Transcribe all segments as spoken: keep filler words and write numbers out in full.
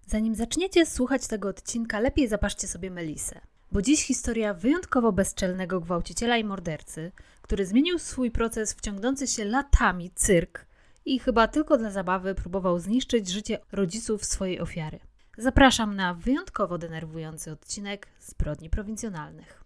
Zanim zaczniecie słuchać tego odcinka, lepiej zapaszcie sobie melisę. Bo dziś historia wyjątkowo bezczelnego gwałciciela i mordercy, który zmienił swój proces w ciągnący się latami cyrk i chyba tylko dla zabawy próbował zniszczyć życie rodziców swojej ofiary. Zapraszam na wyjątkowo denerwujący odcinek Zbrodni prowincjonalnych.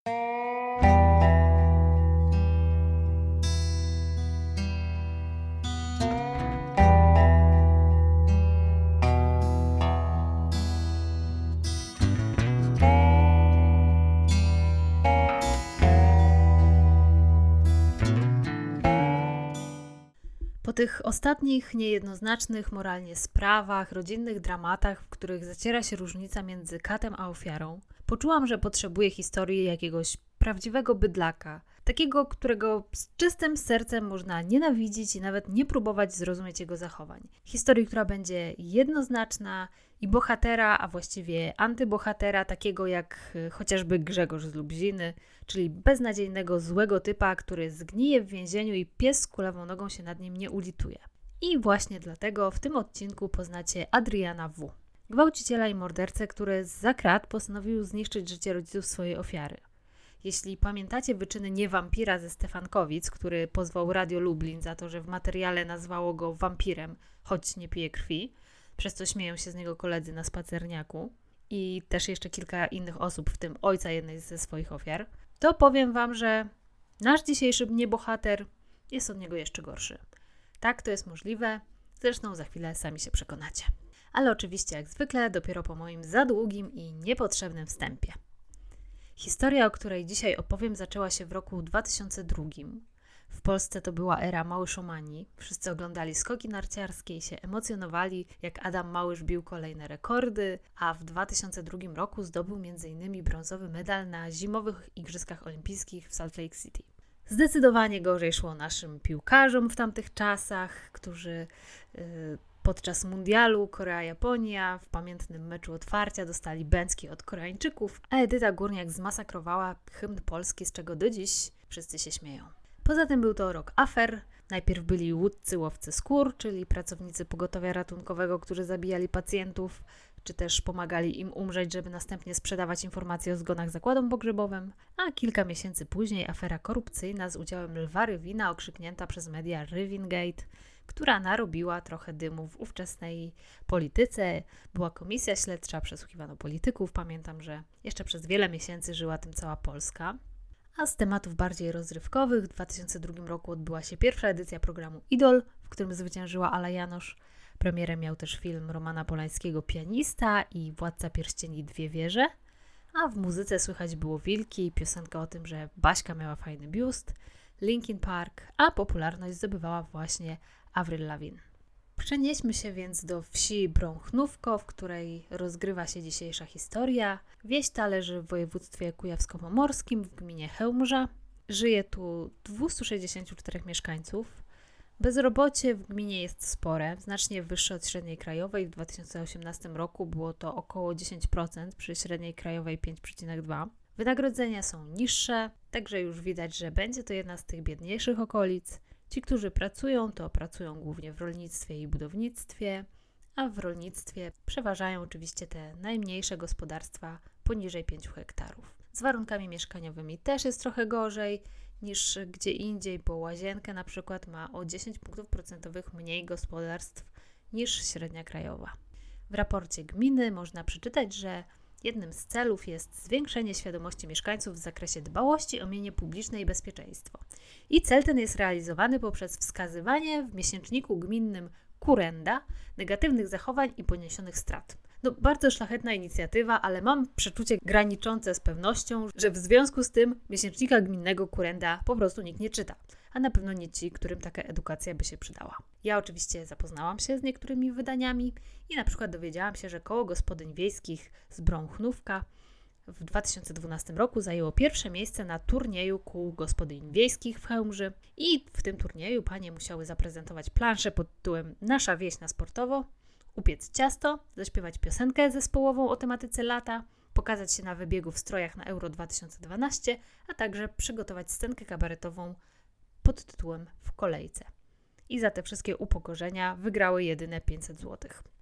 Po tych ostatnich, niejednoznacznych moralnie sprawach, rodzinnych dramatach, w których zaciera się różnica między katem a ofiarą, poczułam, że potrzebuję historii jakiegoś prawdziwego bydlaka, takiego, którego z czystym sercem można nienawidzić i nawet nie próbować zrozumieć jego zachowań. Historii, która będzie jednoznaczna i bohatera, a właściwie antybohatera, takiego jak chociażby Grzegorz z Lubziny, czyli beznadziejnego, złego typa, który zgnije w więzieniu i pies z kulawą nogą się nad nim nie ulituje. I właśnie dlatego w tym odcinku poznacie Adriana W., gwałciciela i mordercę, który zza krat postanowił zniszczyć życie rodziców swojej ofiary. Jeśli pamiętacie wyczyny niewampira ze Stefankowic, który pozwał Radio Lublin za to, że w materiale nazwało go wampirem, choć nie pije krwi, przez co śmieją się z niego koledzy na spacerniaku i też jeszcze kilka innych osób, w tym ojca jednej ze swoich ofiar, to powiem wam, że nasz dzisiejszy niebohater jest od niego jeszcze gorszy. Tak, to jest możliwe, zresztą za chwilę sami się przekonacie. Ale oczywiście jak zwykle dopiero po moim za długim i niepotrzebnym wstępie. Historia, o której dzisiaj opowiem, zaczęła się w roku dwa tysiące drugim. W Polsce to była era małyszomanii. Wszyscy oglądali skoki narciarskie i się emocjonowali, jak Adam Małysz bił kolejne rekordy, a w dwa tysiące drugim roku zdobył między innymi brązowy medal na zimowych Igrzyskach Olimpijskich w Salt Lake City. Zdecydowanie gorzej szło naszym piłkarzom w tamtych czasach, którzy yy, podczas mundialu Korea-Japonia w pamiętnym meczu otwarcia dostali bęcki od Koreańczyków, a Edyta Górniak zmasakrowała hymn polski, z czego do dziś wszyscy się śmieją. Poza tym był to rok afer. Najpierw byli łódcy łowcy skór, czyli pracownicy pogotowia ratunkowego, którzy zabijali pacjentów, czy też pomagali im umrzeć, żeby następnie sprzedawać informacje o zgonach zakładom pogrzebowym, a kilka miesięcy później afera korupcyjna z udziałem Lwa Rywina, okrzyknięta przez media Rywingate, która narobiła trochę dymu w ówczesnej polityce. Była komisja śledcza, przesłuchiwano polityków. Pamiętam, że jeszcze przez wiele miesięcy żyła tym cała Polska. A z tematów bardziej rozrywkowych w dwa tysiące drugim roku odbyła się pierwsza edycja programu Idol, w którym zwyciężyła Ala Janosz. Premierę miał też film Romana Polańskiego Pianista i Władca Pierścieni Dwie wieże, a w muzyce słychać było Wilki i piosenka o tym, że Baśka miała fajny biust, Linkin Park, a popularność zdobywała właśnie Avril Lavigne. Przenieśmy się więc do wsi Brąchnówko, w której rozgrywa się dzisiejsza historia. Wieś ta leży w województwie kujawsko-pomorskim w gminie Chełmża. Żyje tu dwieście sześćdziesiąt cztery mieszkańców. Bezrobocie w gminie jest spore, znacznie wyższe od średniej krajowej. W dwa tysiące osiemnastym roku było to około dziesięć procent, przy średniej krajowej pięć przecinek dwa procent. Wynagrodzenia są niższe, także już widać, że będzie to jedna z tych biedniejszych okolic. Ci, którzy pracują, to pracują głównie w rolnictwie i budownictwie, a w rolnictwie przeważają oczywiście te najmniejsze gospodarstwa poniżej pięciu hektarów. Z warunkami mieszkaniowymi też jest trochę gorzej niż gdzie indziej, bo Łazienkę na przykład ma o dziesięć punktów procentowych mniej gospodarstw niż średnia krajowa. W raporcie gminy można przeczytać, że jednym z celów jest zwiększenie świadomości mieszkańców w zakresie dbałości o mienie publiczne i bezpieczeństwo. I cel ten jest realizowany poprzez wskazywanie w miesięczniku gminnym Kurenda negatywnych zachowań i poniesionych strat. No, bardzo szlachetna inicjatywa, ale mam przeczucie graniczące z pewnością, że w związku z tym miesięcznika gminnego Kurenda po prostu nikt nie czyta, a na pewno nie ci, którym taka edukacja by się przydała. Ja oczywiście zapoznałam się z niektórymi wydaniami i na przykład dowiedziałam się, że Koło Gospodyń Wiejskich z Brąchnówka w dwa tysiące dwunastym roku zajęło pierwsze miejsce na turnieju kół gospodyń wiejskich w Chełmży i w tym turnieju panie musiały zaprezentować planszę pod tytułem Nasza wieś na sportowo, upiec ciasto, zaśpiewać piosenkę zespołową o tematyce lata, pokazać się na wybiegu w strojach na Euro dwa tysiące dwanaście, a także przygotować scenkę kabaretową pod tytułem W kolejce. I za te wszystkie upokorzenia wygrały jedyne pięćset złotych.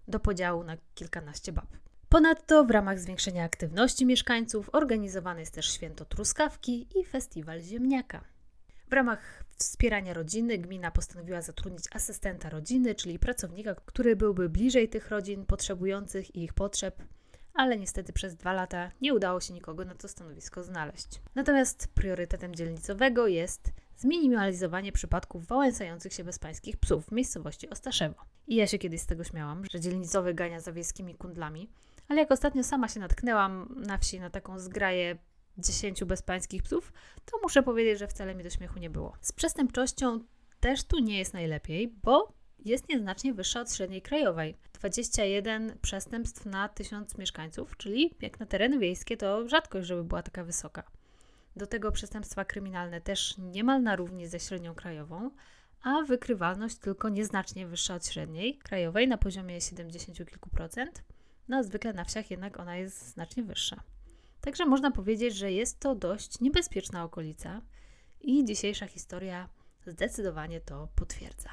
do podziału na kilkanaście bab. Ponadto w ramach zwiększenia aktywności mieszkańców organizowane jest też święto truskawki i festiwal ziemniaka. W ramach wspierania rodziny gmina postanowiła zatrudnić asystenta rodziny, czyli pracownika, który byłby bliżej tych rodzin potrzebujących i ich potrzeb, ale niestety przez dwa lata nie udało się nikogo na to stanowisko znaleźć. Natomiast priorytetem dzielnicowego jest zminimalizowanie przypadków wałęsających się bezpańskich psów w miejscowości Ostaszewo. I ja się kiedyś z tego śmiałam, że dzielnicowy gania za wiejskimi kundlami, ale jak ostatnio sama się natknęłam na wsi na taką zgraję dziesięciu bezpańskich psów, to muszę powiedzieć, że wcale mi do śmiechu nie było. Z przestępczością też tu nie jest najlepiej, bo jest nieznacznie wyższa od średniej krajowej. dwadzieścia jeden przestępstw na tysiąc mieszkańców, czyli jak na tereny wiejskie to rzadkość, żeby była taka wysoka. Do tego przestępstwa kryminalne też niemal na równi ze średnią krajową, a wykrywalność tylko nieznacznie wyższa od średniej krajowej na poziomie siedemdziesiąt kilku procent, no a zwykle na wsiach jednak ona jest znacznie wyższa. Także można powiedzieć, że jest to dość niebezpieczna okolica i dzisiejsza historia zdecydowanie to potwierdza.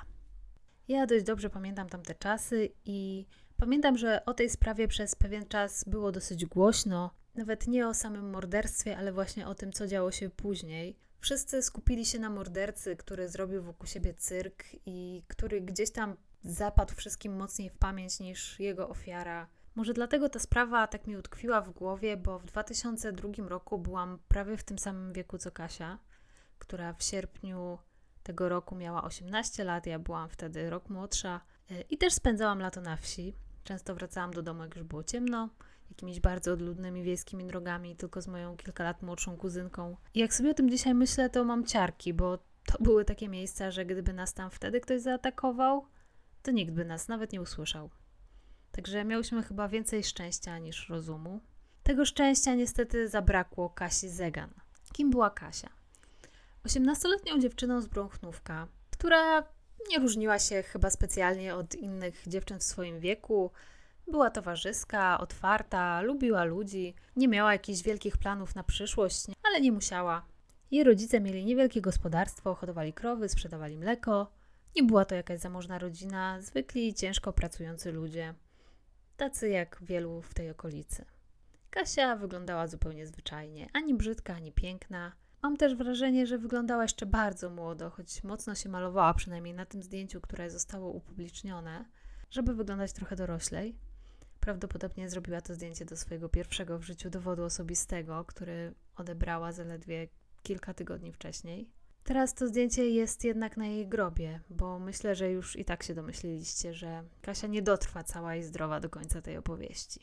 Ja dość dobrze pamiętam tamte czasy i pamiętam, że o tej sprawie przez pewien czas było dosyć głośno, nawet nie o samym morderstwie, ale właśnie o tym, co działo się później. Wszyscy skupili się na mordercy, który zrobił wokół siebie cyrk i który gdzieś tam zapadł wszystkim mocniej w pamięć niż jego ofiara. Może dlatego ta sprawa tak mi utkwiła w głowie, bo w dwa tysiące drugim roku byłam prawie w tym samym wieku co Kasia, która w sierpniu tego roku miała osiemnaście lat, ja byłam wtedy rok młodsza i też spędzałam lato na wsi. Często wracałam do domu, jak już było ciemno, jakimiś bardzo odludnymi wiejskimi drogami, tylko z moją kilka lat młodszą kuzynką. I jak sobie o tym dzisiaj myślę, to mam ciarki, bo to były takie miejsca, że gdyby nas tam wtedy ktoś zaatakował, to nikt by nas nawet nie usłyszał. Także miałyśmy chyba więcej szczęścia niż rozumu. Tego szczęścia niestety zabrakło Kasi Zegan. Kim była Kasia? osiemnastoletnią dziewczyną z Brąchnówka, która nie różniła się chyba specjalnie od innych dziewczyn w swoim wieku. Była towarzyska, otwarta, lubiła ludzi, nie miała jakichś wielkich planów na przyszłość, ale nie musiała. Jej rodzice mieli niewielkie gospodarstwo, hodowali krowy, sprzedawali mleko. Nie była to jakaś zamożna rodzina, zwykli, ciężko pracujący ludzie. Tacy jak wielu w tej okolicy. Kasia wyglądała zupełnie zwyczajnie, ani brzydka, ani piękna. Mam też wrażenie, że wyglądała jeszcze bardzo młodo, choć mocno się malowała, przynajmniej na tym zdjęciu, które zostało upublicznione, żeby wyglądać trochę doroślej. Prawdopodobnie zrobiła to zdjęcie do swojego pierwszego w życiu dowodu osobistego, który odebrała zaledwie kilka tygodni wcześniej. Teraz to zdjęcie jest jednak na jej grobie, bo myślę, że już i tak się domyśliliście, że Kasia nie dotrwa cała i zdrowa do końca tej opowieści.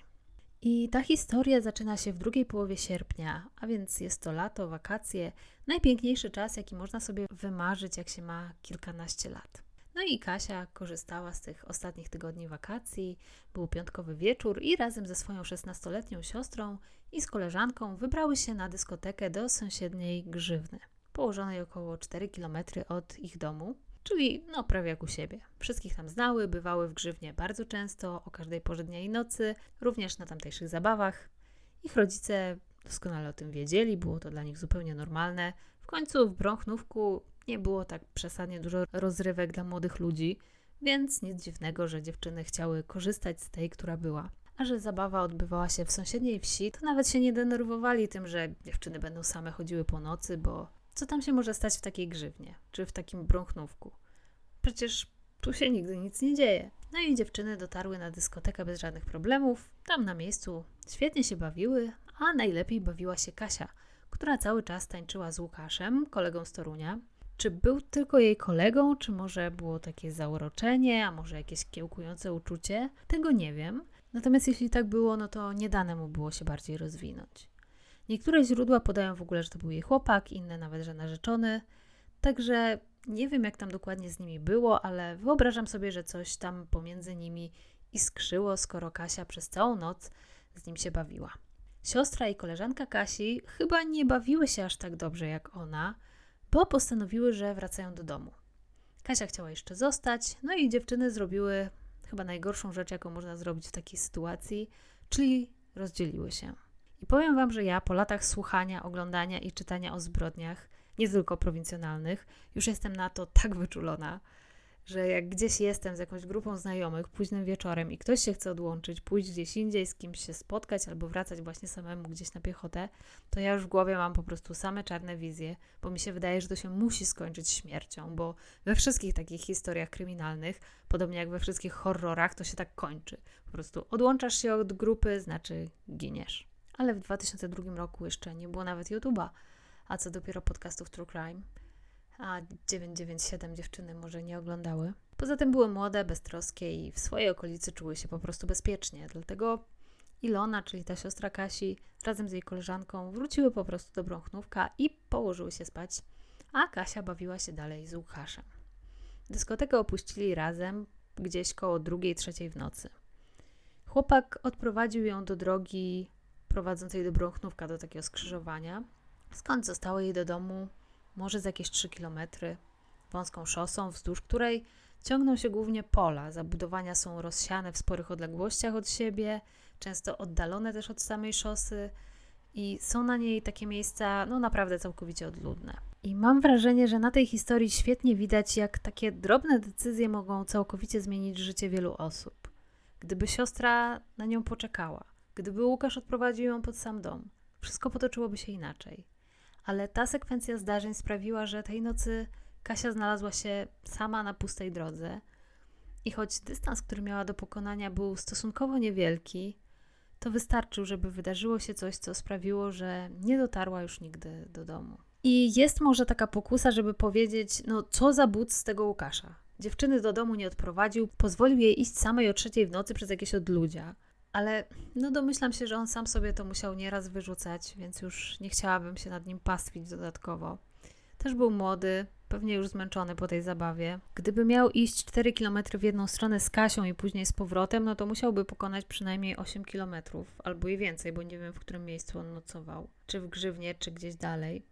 I ta historia zaczyna się w drugiej połowie sierpnia, a więc jest to lato, wakacje, najpiękniejszy czas, jaki można sobie wymarzyć, jak się ma kilkanaście lat. No i Kasia korzystała z tych ostatnich tygodni wakacji, był piątkowy wieczór i razem ze swoją szesnastoletnią siostrą i z koleżanką wybrały się na dyskotekę do sąsiedniej Grzywny, położonej około cztery kilometry od ich domu, czyli no prawie jak u siebie. Wszystkich tam znały, bywały w Grzywnie bardzo często, o każdej porze dnia i nocy, również na tamtejszych zabawach. Ich rodzice doskonale o tym wiedzieli, było to dla nich zupełnie normalne. W końcu w Brąchnówku nie było tak przesadnie dużo rozrywek dla młodych ludzi, więc nic dziwnego, że dziewczyny chciały korzystać z tej, która była. A że zabawa odbywała się w sąsiedniej wsi, to nawet się nie denerwowali tym, że dziewczyny będą same chodziły po nocy, bo co tam się może stać w takiej Grzywnie, czy w takim Brąchnówku? Przecież tu się nigdy nic nie dzieje. No i dziewczyny dotarły na dyskotekę bez żadnych problemów. Tam na miejscu świetnie się bawiły, a najlepiej bawiła się Kasia, która cały czas tańczyła z Łukaszem, kolegą z Torunia. Czy był tylko jej kolegą, czy może było takie zauroczenie, a może jakieś kiełkujące uczucie? Tego nie wiem. Natomiast jeśli tak było, no to nie dane mu było się bardziej rozwinąć. Niektóre źródła podają w ogóle, że to był jej chłopak, inne nawet, że narzeczony. Także nie wiem, jak tam dokładnie z nimi było, ale wyobrażam sobie, że coś tam pomiędzy nimi iskrzyło, skoro Kasia przez całą noc z nim się bawiła. Siostra i koleżanka Kasi chyba nie bawiły się aż tak dobrze jak ona, bo postanowiły, że wracają do domu. Kasia chciała jeszcze zostać, no i dziewczyny zrobiły chyba najgorszą rzecz, jaką można zrobić w takiej sytuacji, czyli rozdzieliły się. I powiem Wam, że ja po latach słuchania, oglądania i czytania o zbrodniach, nie tylko prowincjonalnych, już jestem na to tak wyczulona, że jak gdzieś jestem z jakąś grupą znajomych późnym wieczorem i ktoś się chce odłączyć, pójść gdzieś indziej, z kimś się spotkać albo wracać właśnie samemu gdzieś na piechotę, to ja już w głowie mam po prostu same czarne wizje, bo mi się wydaje, że to się musi skończyć śmiercią, bo we wszystkich takich historiach kryminalnych, podobnie jak we wszystkich horrorach, to się tak kończy. Po prostu odłączasz się od grupy, znaczy giniesz. Ale w dwa tysiące drugim roku jeszcze nie było nawet YouTube'a, a co dopiero podcastów True Crime. A dziewięćset dziewięćdziesiąt siedem dziewczyny może nie oglądały. Poza tym były młode, beztroskie i w swojej okolicy czuły się po prostu bezpiecznie. Dlatego Ilona, czyli ta siostra Kasi, razem z jej koleżanką wróciły po prostu do Brąchnówka i położyły się spać, a Kasia bawiła się dalej z Łukaszem. Dyskotekę opuścili razem gdzieś koło drugiej, trzeciej w nocy. Chłopak odprowadził ją do drogi prowadzącej do Brąchnówka, do takiego skrzyżowania, skąd zostało jej do domu może z jakieś trzy kilometry, wąską szosą, wzdłuż której ciągną się głównie pola. Zabudowania są rozsiane w sporych odległościach od siebie, często oddalone też od samej szosy i są na niej takie miejsca, no naprawdę całkowicie odludne. I mam wrażenie, że na tej historii świetnie widać, jak takie drobne decyzje mogą całkowicie zmienić życie wielu osób. Gdyby siostra na nią poczekała, gdyby Łukasz odprowadził ją pod sam dom, wszystko potoczyłoby się inaczej. Ale ta sekwencja zdarzeń sprawiła, że tej nocy Kasia znalazła się sama na pustej drodze i choć dystans, który miała do pokonania, był stosunkowo niewielki, to wystarczył, żeby wydarzyło się coś, co sprawiło, że nie dotarła już nigdy do domu. I jest może taka pokusa, żeby powiedzieć, no co za but z tego Łukasza. Dziewczyny do domu nie odprowadził, pozwolił jej iść samej o trzeciej w nocy przez jakieś odludzia. Ale no domyślam się, że on sam sobie to musiał nieraz wyrzucać, więc już nie chciałabym się nad nim pastwić dodatkowo. Też był młody, pewnie już zmęczony po tej zabawie. Gdyby miał iść cztery kilometry w jedną stronę z Kasią i później z powrotem, no to musiałby pokonać przynajmniej osiem kilometrów, albo i więcej, bo nie wiem, w którym miejscu on nocował. Czy w Grzywnie, czy gdzieś dalej.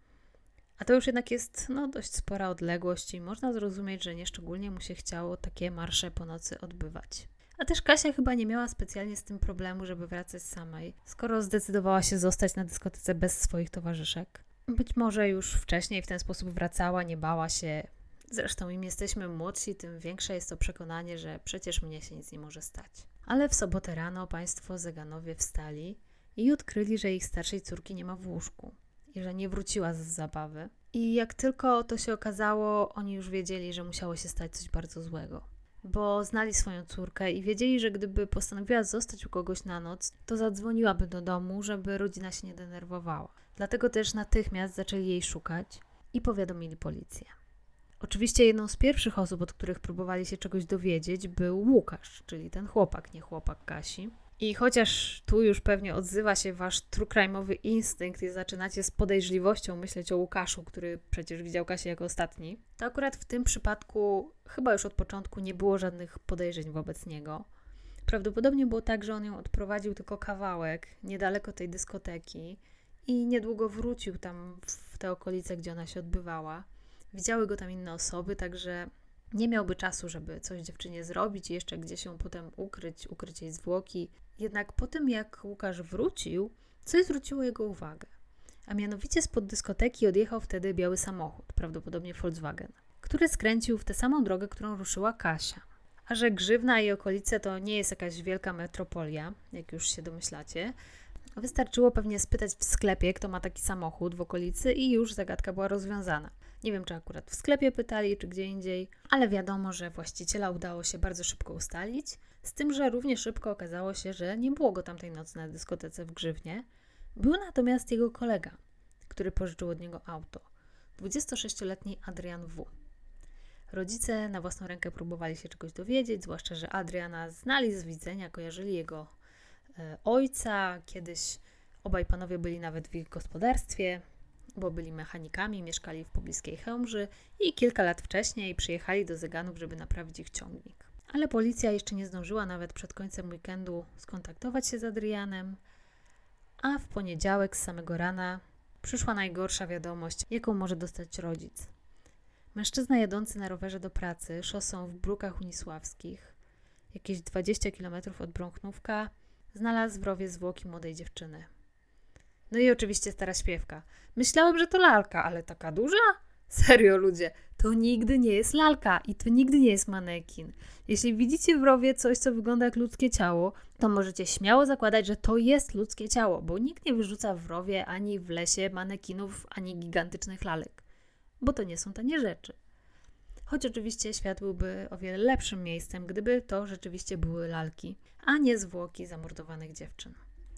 A to już jednak jest no, dość spora odległość i można zrozumieć, że nieszczególnie mu się chciało takie marsze po nocy odbywać. A też Kasia chyba nie miała specjalnie z tym problemu, żeby wracać samej, skoro zdecydowała się zostać na dyskotece bez swoich towarzyszek. Być może już wcześniej w ten sposób wracała, nie bała się. Zresztą im jesteśmy młodsi, tym większe jest to przekonanie, że przecież mnie się nic nie może stać. Ale w sobotę rano państwo Zeganowie wstali i odkryli, że ich starszej córki nie ma w łóżku i że nie wróciła z zabawy. I jak tylko to się okazało, oni już wiedzieli, że musiało się stać coś bardzo złego. Bo znali swoją córkę i wiedzieli, że gdyby postanowiła zostać u kogoś na noc, to zadzwoniłaby do domu, żeby rodzina się nie denerwowała. Dlatego też natychmiast zaczęli jej szukać i powiadomili policję. Oczywiście jedną z pierwszych osób, od których próbowali się czegoś dowiedzieć, był Łukasz, czyli ten chłopak, nie chłopak Kasi. I chociaż tu już pewnie odzywa się wasz true crime'owy instynkt i zaczynacie z podejrzliwością myśleć o Łukaszu, który przecież widział Kasię jako ostatni, to akurat w tym przypadku chyba już od początku nie było żadnych podejrzeń wobec niego. Prawdopodobnie było tak, że on ją odprowadził tylko kawałek, niedaleko tej dyskoteki i niedługo wrócił tam w te okolice, gdzie ona się odbywała. Widziały go tam inne osoby, także nie miałby czasu, żeby coś dziewczynie zrobić i jeszcze gdzieś ją potem ukryć, ukryć jej zwłoki. Jednak po tym, jak Łukasz wrócił, coś zwróciło jego uwagę. A mianowicie spod dyskoteki odjechał wtedy biały samochód, prawdopodobnie Volkswagen, który skręcił w tę samą drogę, którą ruszyła Kasia. A że Grzywna i okolice to nie jest jakaś wielka metropolia, jak już się domyślacie, wystarczyło pewnie spytać w sklepie, kto ma taki samochód w okolicy i już zagadka była rozwiązana. Nie wiem, czy akurat w sklepie pytali, czy gdzie indziej, ale wiadomo, że właściciela udało się bardzo szybko ustalić, z tym, że równie szybko okazało się, że nie było go tamtej nocy na dyskotece w Grzywnie. Był natomiast jego kolega, który pożyczył od niego auto, dwudziestosześcioletni Adrian W. Rodzice na własną rękę próbowali się czegoś dowiedzieć, zwłaszcza, że Adriana znali z widzenia, kojarzyli jego e, ojca, kiedyś obaj panowie byli nawet w ich gospodarstwie, bo byli mechanikami, mieszkali w pobliskiej Chełmży i kilka lat wcześniej przyjechali do Zeganów, żeby naprawić ich ciągnik. Ale policja jeszcze nie zdążyła nawet przed końcem weekendu skontaktować się z Adrianem, a w poniedziałek z samego rana przyszła najgorsza wiadomość, jaką może dostać rodzic. Mężczyzna jadący na rowerze do pracy szosą w Brukach Unisławskich, jakieś dwadzieścia kilometrów od Brąchnówka, znalazł w rowie zwłoki młodej dziewczyny. No i oczywiście stara śpiewka. Myślałem, że to lalka, ale taka duża? Serio, ludzie, to nigdy nie jest lalka i to nigdy nie jest manekin. Jeśli widzicie w rowie coś, co wygląda jak ludzkie ciało, to możecie śmiało zakładać, że to jest ludzkie ciało, bo nikt nie wyrzuca w rowie ani w lesie manekinów, ani gigantycznych lalek, bo to nie są tanie rzeczy. Choć oczywiście świat byłby o wiele lepszym miejscem, gdyby to rzeczywiście były lalki, a nie zwłoki zamordowanych dziewczyn.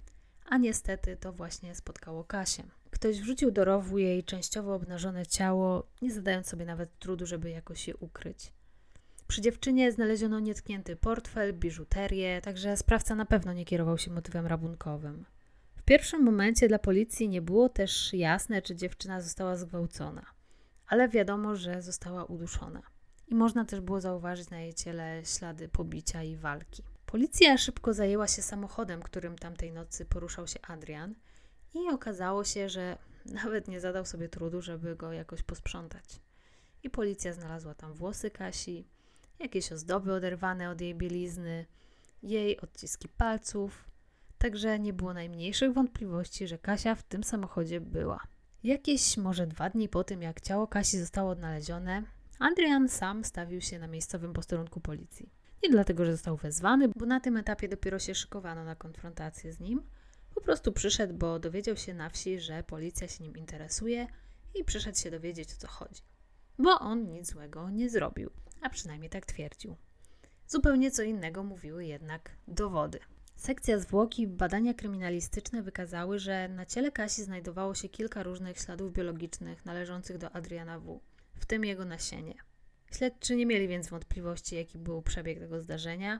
A niestety to właśnie spotkało Kasię. Ktoś wrzucił do rowu jej częściowo obnażone ciało, nie zadając sobie nawet trudu, żeby jakoś je ukryć. Przy dziewczynie znaleziono nietknięty portfel, biżuterię, także sprawca na pewno nie kierował się motywem rabunkowym. W pierwszym momencie dla policji nie było też jasne, czy dziewczyna została zgwałcona, ale wiadomo, że została uduszona. I można też było zauważyć na jej ciele ślady pobicia i walki. Policja szybko zajęła się samochodem, którym tamtej nocy poruszał się Adrian i okazało się, że nawet nie zadał sobie trudu, żeby go jakoś posprzątać. I policja znalazła tam włosy Kasi, jakieś ozdoby oderwane od jej bielizny, jej odciski palców, także nie było najmniejszych wątpliwości, że Kasia w tym samochodzie była. Jakieś może dwa dni po tym, jak ciało Kasi zostało odnalezione, Adrian sam stawił się na miejscowym posterunku policji. Nie dlatego, że został wezwany, bo na tym etapie dopiero się szykowano na konfrontację z nim. Po prostu przyszedł, bo dowiedział się na wsi, że policja się nim interesuje i przyszedł się dowiedzieć, o co chodzi. Bo on nic złego nie zrobił, a przynajmniej tak twierdził. Zupełnie co innego mówiły jednak dowody. Sekcja zwłoki, badania kryminalistyczne wykazały, że na ciele Kasi znajdowało się kilka różnych śladów biologicznych należących do Adriana W., w tym jego nasienie. Śledczy nie mieli więc wątpliwości, jaki był przebieg tego zdarzenia.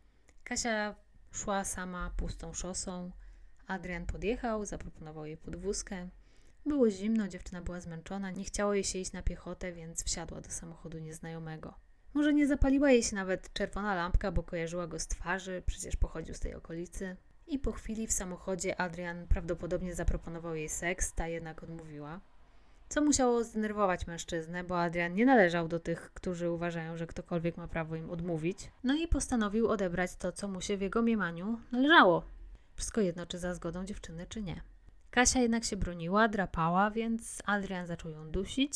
Kasia szła sama pustą szosą. Adrian podjechał, zaproponował jej podwózkę. Było zimno, dziewczyna była zmęczona, nie chciało jej się iść na piechotę, więc wsiadła do samochodu nieznajomego. Może nie zapaliła jej się nawet czerwona lampka, bo kojarzyła go z twarzy, przecież pochodził z tej okolicy. I po chwili w samochodzie Adrian prawdopodobnie zaproponował jej seks, ta jednak odmówiła. Co musiało zdenerwować mężczyznę, bo Adrian nie należał do tych, którzy uważają, że ktokolwiek ma prawo im odmówić. No i postanowił odebrać to, co mu się w jego mniemaniu należało. Wszystko jedno, czy za zgodą dziewczyny, czy nie. Kasia jednak się broniła, drapała, więc Adrian zaczął ją dusić,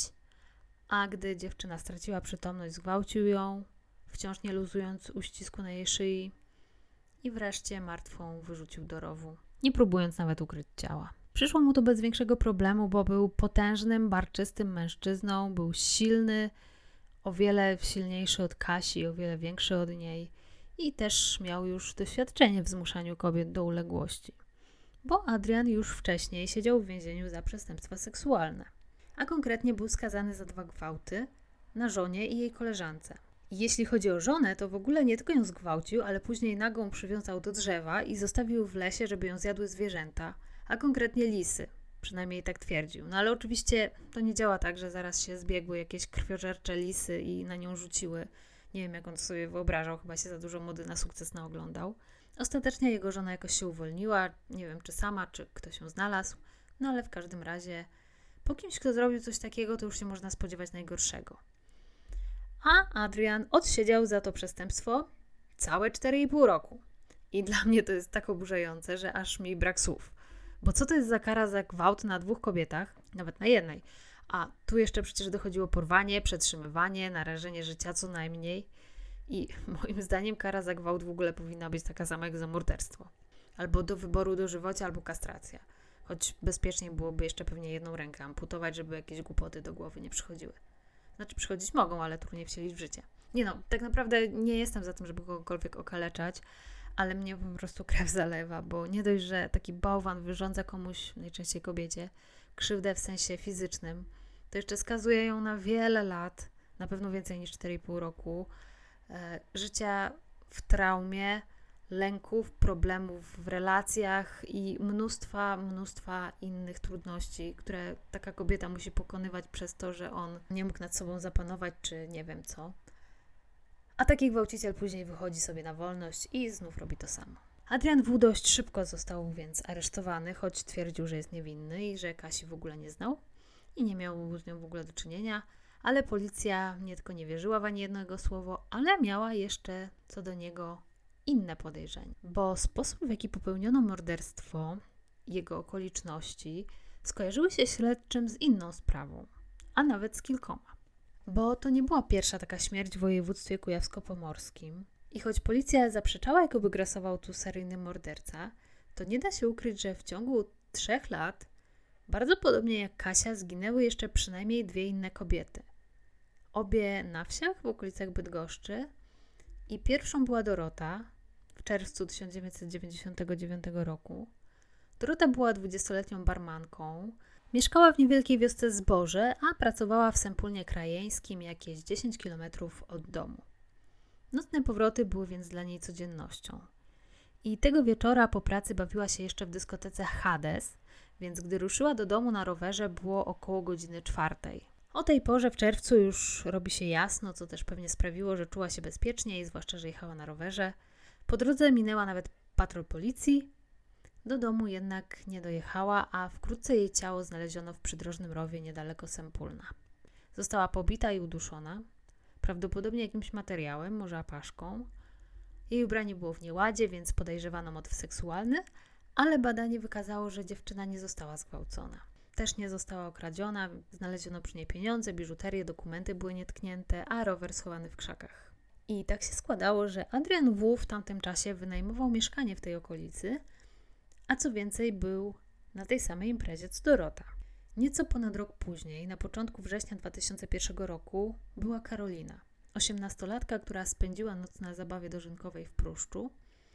a gdy dziewczyna straciła przytomność, zgwałcił ją, wciąż nie luzując uścisku na jej szyi i wreszcie martwą wyrzucił do rowu, nie próbując nawet ukryć ciała. Przyszło mu to bez większego problemu, bo był potężnym, barczystym mężczyzną, był silny, o wiele silniejszy od Kasi, o wiele większy od niej i też miał już doświadczenie w zmuszaniu kobiet do uległości. Bo Adrian już wcześniej siedział w więzieniu za przestępstwa seksualne, a konkretnie był skazany za dwa gwałty na żonie i jej koleżance. I jeśli chodzi o żonę, to w ogóle nie tylko ją zgwałcił, ale później nagą przywiązał do drzewa i zostawił w lesie, żeby ją zjadły zwierzęta, a konkretnie lisy. Przynajmniej tak twierdził. No ale oczywiście to nie działa tak, że zaraz się zbiegły jakieś krwiożercze lisy i na nią rzuciły. Nie wiem, jak on to sobie wyobrażał, chyba się za dużo Mody na sukces naoglądał. Ostatecznie jego żona jakoś się uwolniła, nie wiem czy sama, czy ktoś ją znalazł, no ale w każdym razie po kimś, kto zrobił coś takiego, to już się można spodziewać najgorszego. A Adrian odsiedział za to przestępstwo całe cztery i pół roku. I dla mnie to jest tak oburzające, że aż mi brak słów. Bo co to jest za kara za gwałt na dwóch kobietach, nawet na jednej, a tu jeszcze przecież dochodziło porwanie, przetrzymywanie, narażenie życia co najmniej. I moim zdaniem kara za gwałt w ogóle powinna być taka sama jak za morderstwo. Albo do wyboru dożywocia, albo kastracja. Choć bezpieczniej byłoby jeszcze pewnie jedną rękę amputować, żeby jakieś głupoty do głowy nie przychodziły. Znaczy przychodzić mogą, ale trudniej wcielić w życie. Nie no, tak naprawdę nie jestem za tym, żeby kogokolwiek okaleczać, ale mnie po prostu krew zalewa, bo nie dość, że taki bałwan wyrządza komuś, najczęściej kobiecie, krzywdę w sensie fizycznym, to jeszcze skazuje ją na wiele lat, na pewno więcej niż cztery i pół roku, e, życia w traumie, lęków, problemów w relacjach i mnóstwa, mnóstwa innych trudności, które taka kobieta musi pokonywać przez to, że on nie mógł nad sobą zapanować, czy nie wiem co. A taki gwałciciel później wychodzi sobie na wolność i znów robi to samo. Adrian W. dość szybko został więc aresztowany, choć twierdził, że jest niewinny i że Kasi w ogóle nie znał i nie miał z nią w ogóle do czynienia, ale policja nie tylko nie wierzyła w ani jedno jego słowo, ale miała jeszcze co do niego inne podejrzenia, bo sposób, w jaki popełniono morderstwo, jego okoliczności skojarzyły się śledczym z inną sprawą, a nawet z kilkoma. Bo to nie była pierwsza taka śmierć w województwie kujawsko-pomorskim. I choć policja zaprzeczała, jakoby grasował tu seryjny morderca, to nie da się ukryć, że w ciągu trzech lat, bardzo podobnie jak Kasia, zginęły jeszcze przynajmniej dwie inne kobiety. Obie na wsiach w okolicach Bydgoszczy i pierwszą była Dorota w czerwcu tysiąc dziewięćset dziewięćdziesiątego dziewiątego roku. Dorota była dwudziestoletnią barmanką, mieszkała w niewielkiej wiosce Zboże, a pracowała w Sępólnie Krajeńskim jakieś dziesięć kilometrów od domu. Nocne powroty były więc dla niej codziennością. I tego wieczora po pracy bawiła się jeszcze w dyskotece Hades, więc gdy ruszyła do domu na rowerze, było około godziny czwartej. O tej porze w czerwcu już robi się jasno, co też pewnie sprawiło, że czuła się bezpieczniej, zwłaszcza, że jechała na rowerze. Po drodze minęła nawet patrol policji. Do domu jednak nie dojechała, a wkrótce jej ciało znaleziono w przydrożnym rowie niedaleko Sępólna. Została pobita i uduszona, prawdopodobnie jakimś materiałem, może apaszką. Jej ubranie było w nieładzie, więc podejrzewano motyw seksualny, ale badanie wykazało, że dziewczyna nie została zgwałcona. Też nie została okradziona, znaleziono przy niej pieniądze, biżuterię, dokumenty były nietknięte, a rower schowany w krzakach. I tak się składało, że Adrian W. w tamtym czasie wynajmował mieszkanie w tej okolicy, a co więcej był na tej samej imprezie co Dorota. Nieco ponad rok później, na początku września dwa tysiące pierwszego roku, była Karolina, osiemnastolatka, która spędziła noc na zabawie dożynkowej w Pruszczu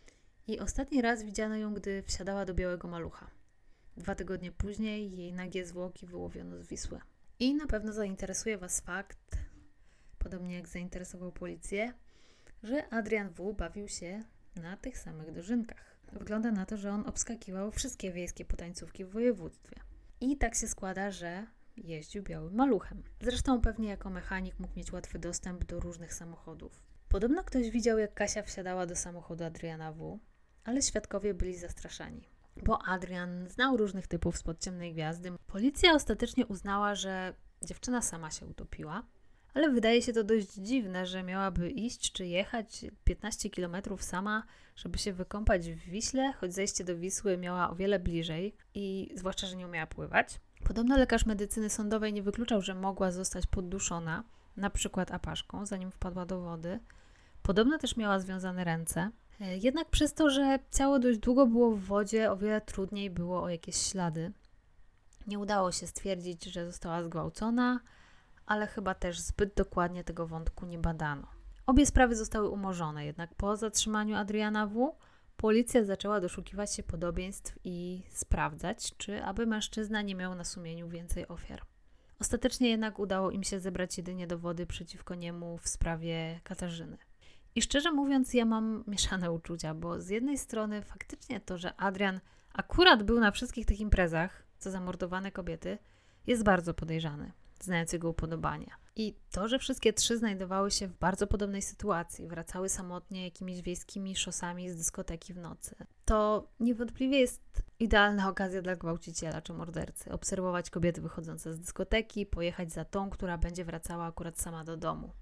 i ostatni raz widziano ją, gdy wsiadała do białego malucha. Dwa tygodnie później jej nagie zwłoki wyłowiono z Wisły. I na pewno zainteresuje Was fakt, podobnie jak zainteresował policję, że Adrian W. bawił się na tych samych dożynkach. Wygląda na to, że on obskakiwał wszystkie wiejskie potańcówki w województwie. I tak się składa, że jeździł białym maluchem. Zresztą pewnie jako mechanik mógł mieć łatwy dostęp do różnych samochodów. Podobno ktoś widział, jak Kasia wsiadała do samochodu Adriana W., ale świadkowie byli zastraszani. Bo Adrian znał różnych typów spod ciemnej gwiazdy. Policja ostatecznie uznała, że dziewczyna sama się utopiła, ale wydaje się to dość dziwne, że miałaby iść czy jechać piętnaście kilometrów sama, żeby się wykąpać w Wiśle, choć zejście do Wisły miała o wiele bliżej i zwłaszcza, że nie umiała pływać. Podobno lekarz medycyny sądowej nie wykluczał, że mogła zostać podduszona, na przykład apaszką, zanim wpadła do wody. Podobno też miała związane ręce. Jednak przez to, że ciało dość długo było w wodzie, o wiele trudniej było o jakieś ślady. Nie udało się stwierdzić, że została zgwałcona, ale chyba też zbyt dokładnie tego wątku nie badano. Obie sprawy zostały umorzone, jednak po zatrzymaniu Adriana W. policja zaczęła doszukiwać się podobieństw i sprawdzać, czy aby mężczyzna nie miał na sumieniu więcej ofiar. Ostatecznie jednak udało im się zebrać jedynie dowody przeciwko niemu w sprawie Katarzyny. I szczerze mówiąc, ja mam mieszane uczucia, bo z jednej strony faktycznie to, że Adrian akurat był na wszystkich tych imprezach, co zamordowane kobiety, jest bardzo podejrzany, znając jego upodobania. I to, że wszystkie trzy znajdowały się w bardzo podobnej sytuacji, wracały samotnie jakimiś wiejskimi szosami z dyskoteki w nocy, to niewątpliwie jest idealna okazja dla gwałciciela czy mordercy. Obserwować kobiety wychodzące z dyskoteki, pojechać za tą, która będzie wracała akurat sama do domu.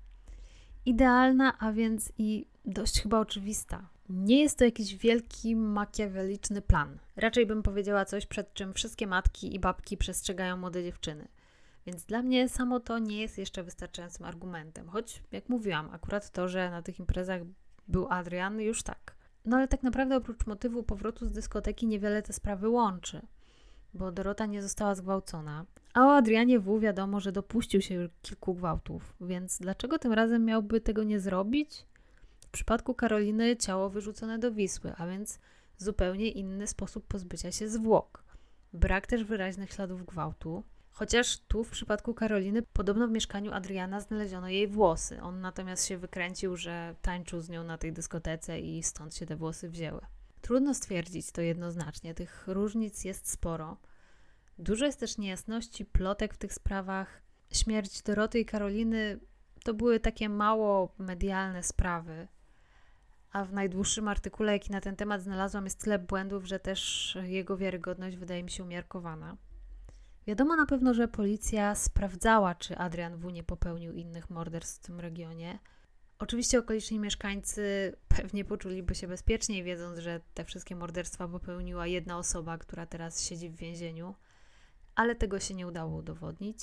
Idealna, a więc i dość chyba oczywista. Nie jest to jakiś wielki, makiaweliczny plan. Raczej bym powiedziała coś, przed czym wszystkie matki i babki przestrzegają młode dziewczyny. Więc dla mnie samo to nie jest jeszcze wystarczającym argumentem. Choć, jak mówiłam, akurat to, że na tych imprezach był Adrian, już tak. No ale tak naprawdę oprócz motywu powrotu z dyskoteki niewiele te sprawy łączy. Bo Dorota nie została zgwałcona, a o Adrianie W. wiadomo, że dopuścił się już kilku gwałtów, więc dlaczego tym razem miałby tego nie zrobić? W przypadku Karoliny ciało wyrzucone do Wisły, a więc zupełnie inny sposób pozbycia się zwłok. Brak też wyraźnych śladów gwałtu, chociaż tu w przypadku Karoliny podobno w mieszkaniu Adriana znaleziono jej włosy. On natomiast się wykręcił, że tańczył z nią na tej dyskotece i stąd się te włosy wzięły. Trudno stwierdzić to jednoznacznie, tych różnic jest sporo. Dużo jest też niejasności, plotek w tych sprawach. Śmierć Doroty i Karoliny to były takie mało medialne sprawy, a w najdłuższym artykule, jaki na ten temat znalazłam, jest tyle błędów, że też jego wiarygodność wydaje mi się umiarkowana. Wiadomo na pewno, że policja sprawdzała, czy Adrian W. nie popełnił innych morderstw w tym regionie. Oczywiście okoliczni mieszkańcy pewnie poczuliby się bezpieczniej, wiedząc, że te wszystkie morderstwa popełniła jedna osoba, która teraz siedzi w więzieniu, ale tego się nie udało udowodnić.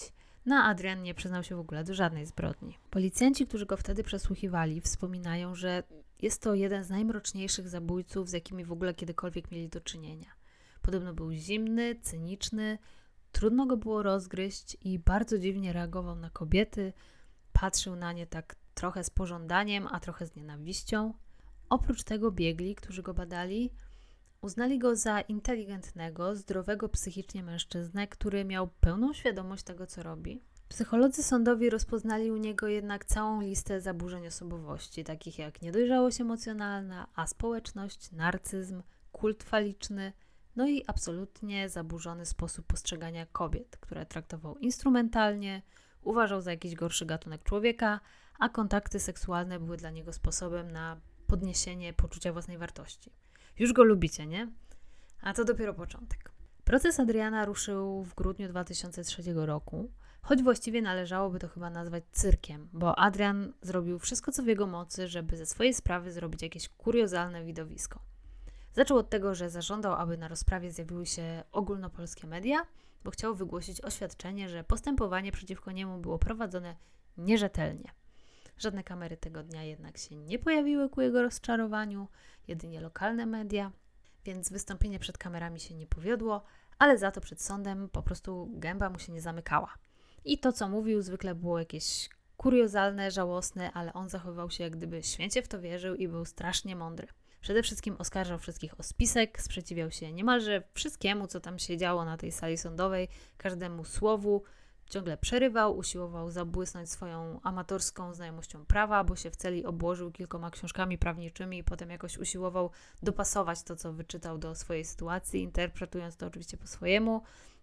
No a Adrian nie przyznał się w ogóle do żadnej zbrodni. Policjanci, którzy go wtedy przesłuchiwali, wspominają, że jest to jeden z najmroczniejszych zabójców, z jakimi w ogóle kiedykolwiek mieli do czynienia. Podobno był zimny, cyniczny, trudno go było rozgryźć i bardzo dziwnie reagował na kobiety, patrzył na nie tak trochę z pożądaniem, a trochę z nienawiścią. Oprócz tego biegli, którzy go badali, uznali go za inteligentnego, zdrowego psychicznie mężczyznę, który miał pełną świadomość tego, co robi. Psycholodzy sądowi rozpoznali u niego jednak całą listę zaburzeń osobowości, takich jak niedojrzałość emocjonalna, aspołeczność, narcyzm, kult faliczny, no i absolutnie zaburzony sposób postrzegania kobiet, które traktował instrumentalnie, uważał za jakiś gorszy gatunek człowieka, a kontakty seksualne były dla niego sposobem na podniesienie poczucia własnej wartości. Już go lubicie, nie? A to dopiero początek. Proces Adriana ruszył w grudniu dwa tysiące trzeciego roku, choć właściwie należałoby to chyba nazwać cyrkiem, bo Adrian zrobił wszystko, co w jego mocy, żeby ze swojej sprawy zrobić jakieś kuriozalne widowisko. Zaczął od tego, że zażądał, aby na rozprawie zjawiły się ogólnopolskie media, bo chciał wygłosić oświadczenie, że postępowanie przeciwko niemu było prowadzone nierzetelnie. Żadne kamery tego dnia jednak się nie pojawiły ku jego rozczarowaniu, jedynie lokalne media, więc wystąpienie przed kamerami się nie powiodło, ale za to przed sądem po prostu gęba mu się nie zamykała. I to, co mówił, zwykle było jakieś kuriozalne, żałosne, ale on zachowywał się, jak gdyby święcie w to wierzył i był strasznie mądry. Przede wszystkim oskarżał wszystkich o spisek, sprzeciwiał się niemalże wszystkiemu, co tam się działo na tej sali sądowej, każdemu słowu, ciągle przerywał, usiłował zabłysnąć swoją amatorską znajomością prawa, bo się w celi obłożył kilkoma książkami prawniczymi i potem jakoś usiłował dopasować to, co wyczytał do swojej sytuacji, interpretując to oczywiście po swojemu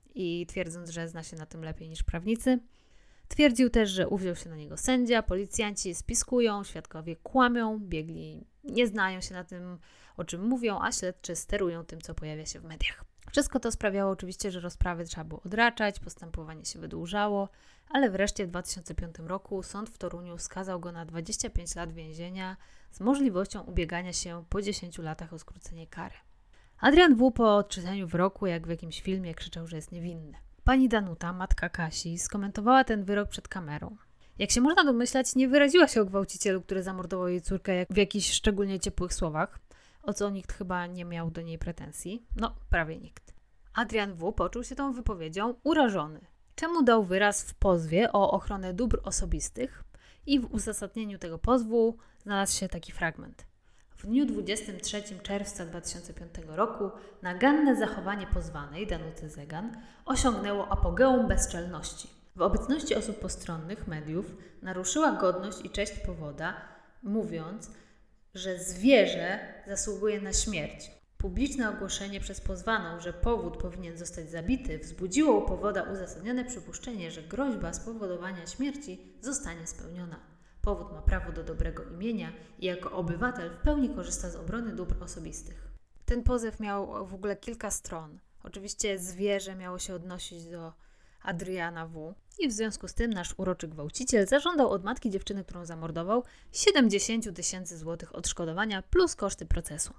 i twierdząc, że zna się na tym lepiej niż prawnicy. Twierdził też, że uwziął się na niego sędzia, policjanci spiskują, świadkowie kłamią, biegli nie znają się na tym, o czym mówią, a śledczy sterują tym, co pojawia się w mediach. Wszystko to sprawiało oczywiście, że rozprawy trzeba było odraczać, postępowanie się wydłużało, ale wreszcie w dwa tysiące piątym roku sąd w Toruniu skazał go na dwadzieścia pięć lat więzienia z możliwością ubiegania się po dziesięciu latach o skrócenie kary. Adrian W. po odczytaniu wyroku, jak w jakimś filmie, krzyczał, że jest niewinny. Pani Danuta, matka Kasi, skomentowała ten wyrok przed kamerą. Jak się można domyślać, nie wyraziła się o gwałcicielu, który zamordował jej córkę jak w jakichś szczególnie ciepłych słowach, o co nikt chyba nie miał do niej pretensji. No, prawie nikt. Adrian W. poczuł się tą wypowiedzią urażony, czemu dał wyraz w pozwie o ochronę dóbr osobistych i w uzasadnieniu tego pozwu znalazł się taki fragment. W dniu dwudziestego trzeciego czerwca dwa tysiące piątego roku naganne zachowanie pozwanej, Danuty Zegan, osiągnęło apogeum bezczelności. W obecności osób postronnych, mediów, naruszyła godność i cześć powoda, mówiąc, że zwierzę zasługuje na śmierć. Publiczne ogłoszenie przez pozwaną, że powód powinien zostać zabity, wzbudziło u powoda uzasadnione przypuszczenie, że groźba spowodowania śmierci zostanie spełniona. Powód ma prawo do dobrego imienia i jako obywatel w pełni korzysta z obrony dóbr osobistych. Ten pozew miał w ogóle kilka stron. Oczywiście zwierzę miało się odnosić do Adriana W. I w związku z tym nasz uroczy gwałciciel zażądał od matki dziewczyny, którą zamordował, siedemdziesiąt tysięcy złotych odszkodowania plus koszty procesu.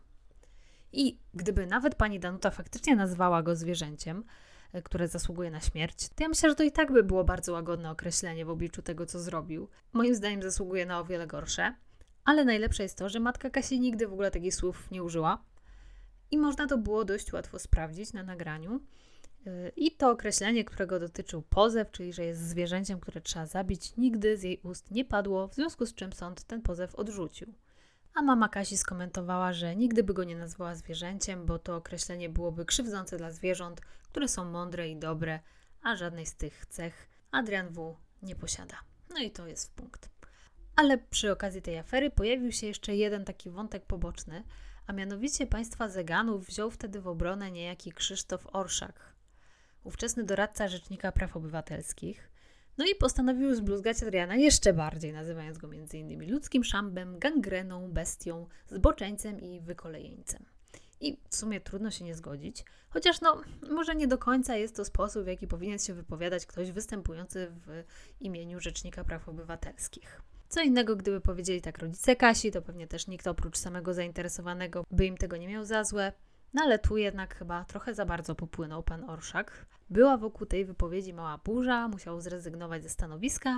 I gdyby nawet pani Danuta faktycznie nazwała go zwierzęciem, które zasługuje na śmierć, to ja myślę, że to i tak by było bardzo łagodne określenie w obliczu tego, co zrobił. Moim zdaniem zasługuje na o wiele gorsze, ale najlepsze jest to, że matka Kasi nigdy w ogóle takich słów nie użyła i można to było dość łatwo sprawdzić na nagraniu. I to określenie, którego dotyczył pozew, czyli że jest zwierzęciem, które trzeba zabić, nigdy z jej ust nie padło, w związku z czym sąd ten pozew odrzucił. A mama Kasi skomentowała, że nigdy by go nie nazwała zwierzęciem, bo to określenie byłoby krzywdzące dla zwierząt, które są mądre i dobre, a żadnej z tych cech Adrian W. nie posiada. No i to jest w punkt. Ale przy okazji tej afery pojawił się jeszcze jeden taki wątek poboczny, a mianowicie państwa Zeganów wziął wtedy w obronę niejaki Krzysztof Orszak, ówczesny doradca Rzecznika Praw Obywatelskich, no i postanowił zbluzgać Adriana jeszcze bardziej, nazywając go między innymi ludzkim szambem, gangreną, bestią, zboczeńcem i wykolejeńcem. I w sumie trudno się nie zgodzić, chociaż no, może nie do końca jest to sposób, w jaki powinien się wypowiadać ktoś występujący w imieniu Rzecznika Praw Obywatelskich. Co innego, gdyby powiedzieli tak rodzice Kasi, to pewnie też nikt oprócz samego zainteresowanego by im tego nie miał za złe. No ale tu jednak chyba trochę za bardzo popłynął pan Orszak. Była wokół tej wypowiedzi mała burza, musiał zrezygnować ze stanowiska.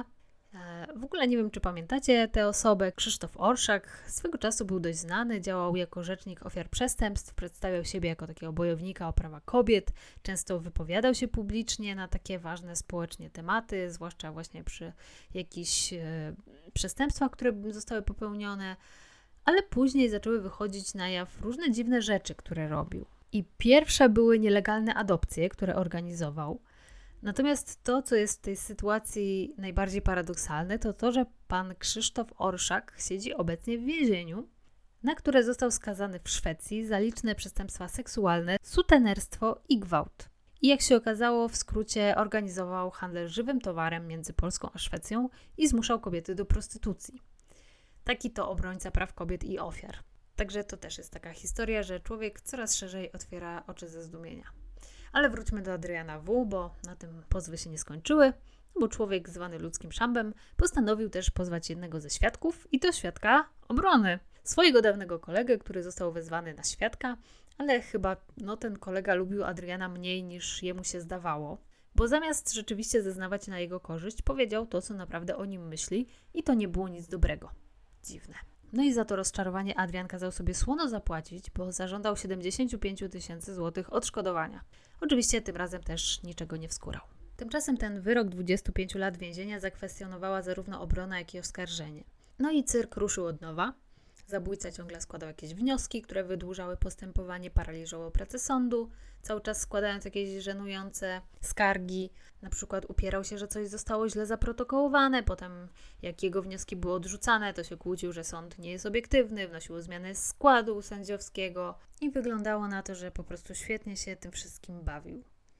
W ogóle nie wiem, czy pamiętacie tę osobę. Krzysztof Orszak swego czasu był dość znany, działał jako rzecznik ofiar przestępstw, przedstawiał siebie jako takiego bojownika o prawa kobiet, często wypowiadał się publicznie na takie ważne społecznie tematy, zwłaszcza właśnie przy jakichś e, przestępstwach, które zostały popełnione, ale później zaczęły wychodzić na jaw różne dziwne rzeczy, które robił. I pierwsze były nielegalne adopcje, które organizował. Natomiast to, co jest w tej sytuacji najbardziej paradoksalne, to to, że pan Krzysztof Orszak siedzi obecnie w więzieniu, na które został skazany w Szwecji za liczne przestępstwa seksualne, sutenerstwo i gwałt. I jak się okazało, w skrócie organizował handel żywym towarem między Polską a Szwecją i zmuszał kobiety do prostytucji. Taki to obrońca praw kobiet i ofiar. Także to też jest taka historia, że człowiek coraz szerzej otwiera oczy ze zdumienia. Ale wróćmy do Adriana W., bo na tym pozwy się nie skończyły, bo człowiek zwany ludzkim szambem postanowił też pozwać jednego ze świadków i to świadka obrony. Swojego dawnego kolegę, który został wezwany na świadka, ale chyba no, ten kolega lubił Adriana mniej niż jemu się zdawało, bo zamiast rzeczywiście zeznawać na jego korzyść, powiedział to, co naprawdę o nim myśli i to nie było nic dobrego. Dziwne. No i za to rozczarowanie Adrian kazał sobie słono zapłacić, bo zażądał siedemdziesiąt pięć tysięcy złotych odszkodowania. Oczywiście tym razem też niczego nie wskórał. Tymczasem ten wyrok dwudziestu pięciu lat więzienia zakwestionowała zarówno obrona, jak i oskarżenie. No i cyrk ruszył od nowa. Zabójca ciągle składał jakieś wnioski, które wydłużały postępowanie, paraliżowało pracę sądu, cały czas składając jakieś żenujące skargi. Na przykład upierał się, że coś zostało źle zaprotokołowane, potem jak jego wnioski były odrzucane, to się kłócił, że sąd nie jest obiektywny, wnosił zmiany składu sędziowskiego i wyglądało na to, że po prostu świetnie się tym wszystkim bawił.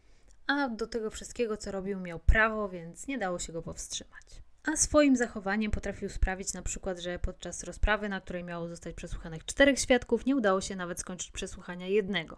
A do tego wszystkiego, co robił, miał prawo, więc nie dało się go powstrzymać. A swoim zachowaniem potrafił sprawić na przykład, że podczas rozprawy, na której miało zostać przesłuchanych czterech świadków, nie udało się nawet skończyć przesłuchania jednego.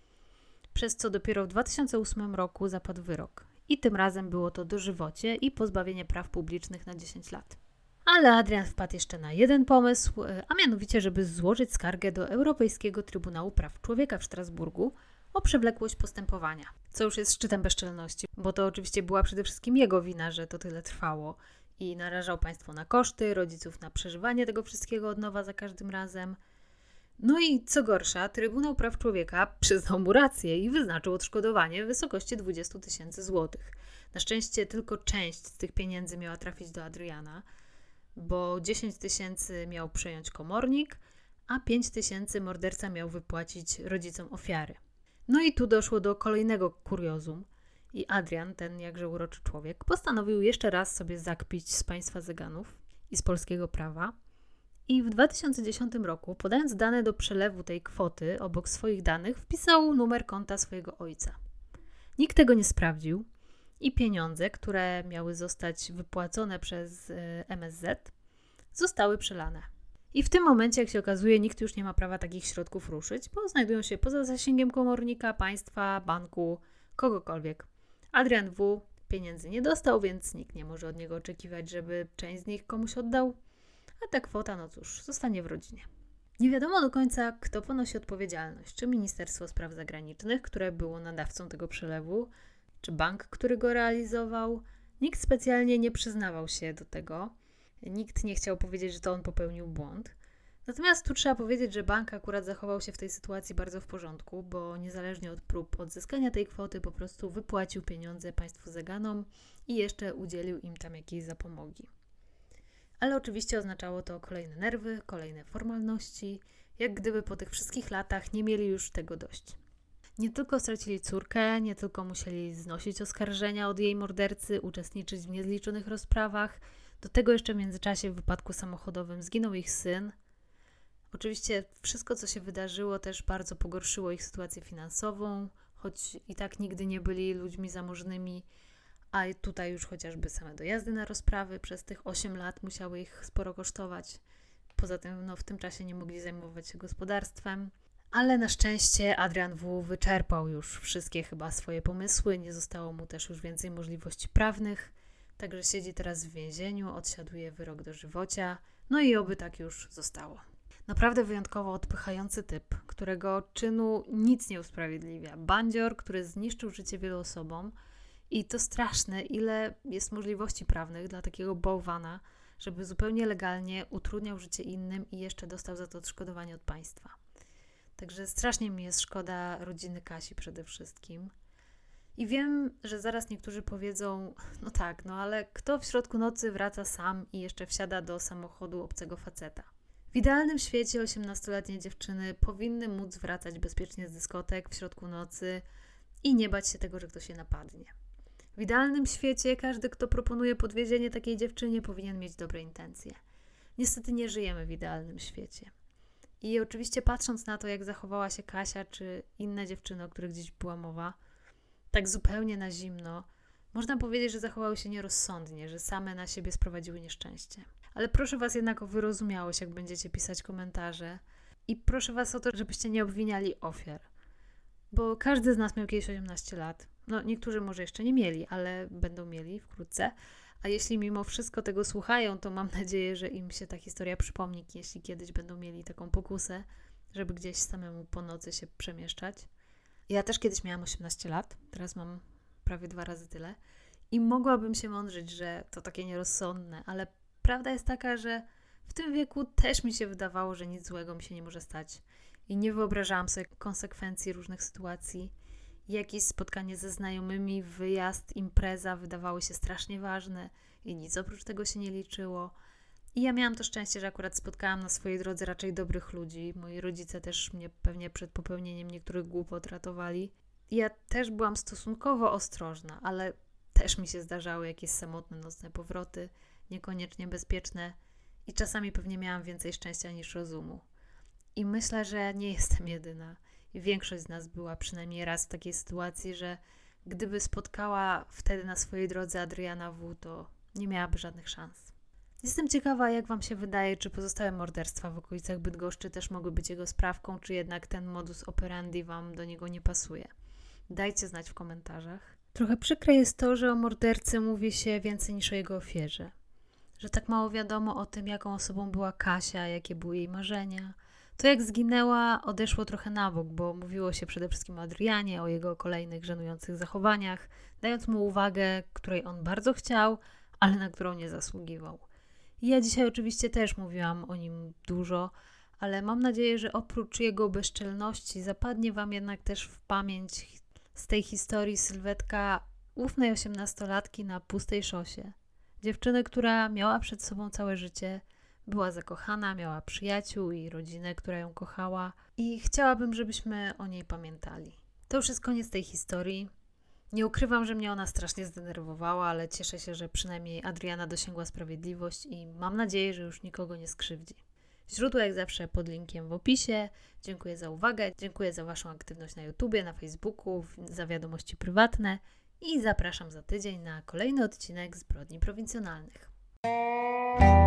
Przez co dopiero w dwa tysiące ósmym roku zapadł wyrok. I tym razem było to dożywocie i pozbawienie praw publicznych na dziesięć lat. Ale Adrian wpadł jeszcze na jeden pomysł, a mianowicie, żeby złożyć skargę do Europejskiego Trybunału Praw Człowieka w Strasburgu o przewlekłość postępowania, co już jest szczytem bezczelności, bo to oczywiście była przede wszystkim jego wina, że to tyle trwało i narażał państwo na koszty, rodziców na przeżywanie tego wszystkiego od nowa za każdym razem. No i co gorsza, Trybunał Praw Człowieka przyznał mu rację i wyznaczył odszkodowanie w wysokości dwadzieścia tysięcy złotych. Na szczęście tylko część z tych pieniędzy miała trafić do Adriana, bo dziesięć tysięcy miał przejąć komornik, a pięć tysięcy morderca miał wypłacić rodzicom ofiary. No i tu doszło do kolejnego kuriozum i Adrian, ten jakże uroczy człowiek, postanowił jeszcze raz sobie zakpić z państwa zeganów i z polskiego prawa. I w dwa tysiące dziesiątym roku, podając dane do przelewu tej kwoty, obok swoich danych wpisał numer konta swojego ojca. Nikt tego nie sprawdził i pieniądze, które miały zostać wypłacone przez M S Z, zostały przelane. I w tym momencie, jak się okazuje, nikt już nie ma prawa takich środków ruszyć, bo znajdują się poza zasięgiem komornika, państwa, banku, kogokolwiek. Adrian W. pieniędzy nie dostał, więc nikt nie może od niego oczekiwać, żeby część z nich komuś oddał. A ta kwota, no cóż, zostanie w rodzinie. Nie wiadomo do końca, kto ponosi odpowiedzialność. Czy Ministerstwo Spraw Zagranicznych, które było nadawcą tego przelewu, czy bank, który go realizował. Nikt specjalnie nie przyznawał się do tego. Nikt nie chciał powiedzieć, że to on popełnił błąd. Natomiast tu trzeba powiedzieć, że bank akurat zachował się w tej sytuacji bardzo w porządku, bo niezależnie od prób odzyskania tej kwoty po prostu wypłacił pieniądze państwu zeganom i jeszcze udzielił im tam jakiejś zapomogi. Ale oczywiście oznaczało to kolejne nerwy, kolejne formalności, jak gdyby po tych wszystkich latach nie mieli już tego dość. Nie tylko stracili córkę, nie tylko musieli znosić oskarżenia od jej mordercy, uczestniczyć w niezliczonych rozprawach, do tego jeszcze w międzyczasie w wypadku samochodowym zginął ich syn. Oczywiście wszystko, co się wydarzyło, też bardzo pogorszyło ich sytuację finansową, choć i tak nigdy nie byli ludźmi zamożnymi, a tutaj już chociażby same dojazdy na rozprawy przez tych osiem lat musiały ich sporo kosztować. Poza tym no, w tym czasie nie mogli zajmować się gospodarstwem. Ale na szczęście Adrian W. wyczerpał już wszystkie chyba swoje pomysły, nie zostało mu też już więcej możliwości prawnych, także siedzi teraz w więzieniu, odsiaduje wyrok dożywocia, no i oby tak już zostało. Naprawdę wyjątkowo odpychający typ, którego czynu nic nie usprawiedliwia. Bandzior, który zniszczył życie wielu osobom i to straszne, ile jest możliwości prawnych dla takiego bałwana, żeby zupełnie legalnie utrudniał życie innym i jeszcze dostał za to odszkodowanie od państwa. Także strasznie mi jest szkoda rodziny Kasi przede wszystkim. I wiem, że zaraz niektórzy powiedzą, no tak, no ale kto w środku nocy wraca sam i jeszcze wsiada do samochodu obcego faceta? W idealnym świecie osiemnastoletnie dziewczyny powinny móc wracać bezpiecznie z dyskotek w środku nocy i nie bać się tego, że ktoś je napadnie. W idealnym świecie każdy, kto proponuje podwiezienie takiej dziewczynie, powinien mieć dobre intencje. Niestety nie żyjemy w idealnym świecie. I oczywiście patrząc na to, jak zachowała się Kasia czy inne dziewczyny, o których gdzieś była mowa, tak zupełnie na zimno, można powiedzieć, że zachowały się nierozsądnie, że same na siebie sprowadziły nieszczęście. Ale proszę Was jednak o wyrozumiałość, jak będziecie pisać komentarze i proszę Was o to, żebyście nie obwiniali ofiar. Bo każdy z nas miał kiedyś osiemnaście lat. No niektórzy może jeszcze nie mieli, ale będą mieli wkrótce. A jeśli mimo wszystko tego słuchają, to mam nadzieję, że im się ta historia przypomni, jeśli kiedyś będą mieli taką pokusę, żeby gdzieś samemu po nocy się przemieszczać. Ja też kiedyś miałam osiemnaście lat, teraz mam prawie dwa razy tyle i mogłabym się mądrzyć, że to takie nierozsądne, ale prawda jest taka, że w tym wieku też mi się wydawało, że nic złego mi się nie może stać i nie wyobrażałam sobie konsekwencji różnych sytuacji. Jakieś spotkanie ze znajomymi, wyjazd, impreza wydawały się strasznie ważne i nic oprócz tego się nie liczyło. I ja miałam to szczęście, że akurat spotkałam na swojej drodze raczej dobrych ludzi. Moi rodzice też mnie pewnie przed popełnieniem niektórych głupot ratowali. Ja też byłam stosunkowo ostrożna, ale też mi się zdarzały jakieś samotne nocne powroty, niekoniecznie bezpieczne i czasami pewnie miałam więcej szczęścia niż rozumu. I myślę, że nie jestem jedyna. I większość z nas była przynajmniej raz w takiej sytuacji, że gdyby spotkała wtedy na swojej drodze Adriana W., to nie miałaby żadnych szans. Jestem ciekawa, jak Wam się wydaje, czy pozostałe morderstwa w okolicach Bydgoszczy też mogły być jego sprawką, czy jednak ten modus operandi Wam do niego nie pasuje. Dajcie znać w komentarzach. Trochę przykre jest to, że o mordercy mówi się więcej niż o jego ofierze. Że tak mało wiadomo o tym, jaką osobą była Kasia, jakie były jej marzenia. To jak zginęła, odeszło trochę na bok, bo mówiło się przede wszystkim o Adrianie, o jego kolejnych żenujących zachowaniach, dając mu uwagę, której on bardzo chciał, ale na którą nie zasługiwał. I ja dzisiaj oczywiście też mówiłam o nim dużo, ale mam nadzieję, że oprócz jego bezczelności zapadnie Wam jednak też w pamięć z tej historii sylwetka ufnej osiemnastolatki na pustej szosie. Dziewczyny, która miała przed sobą całe życie, była zakochana, miała przyjaciół i rodzinę, która ją kochała i chciałabym, żebyśmy o niej pamiętali. To już jest koniec tej historii. Nie ukrywam, że mnie ona strasznie zdenerwowała, ale cieszę się, że przynajmniej Adriana dosięgła sprawiedliwość i mam nadzieję, że już nikogo nie skrzywdzi. Źródło jak zawsze pod linkiem w opisie. Dziękuję za uwagę, dziękuję za Waszą aktywność na YouTubie, na Facebooku, za wiadomości prywatne i zapraszam za tydzień na kolejny odcinek Zbrodni Prowincjonalnych.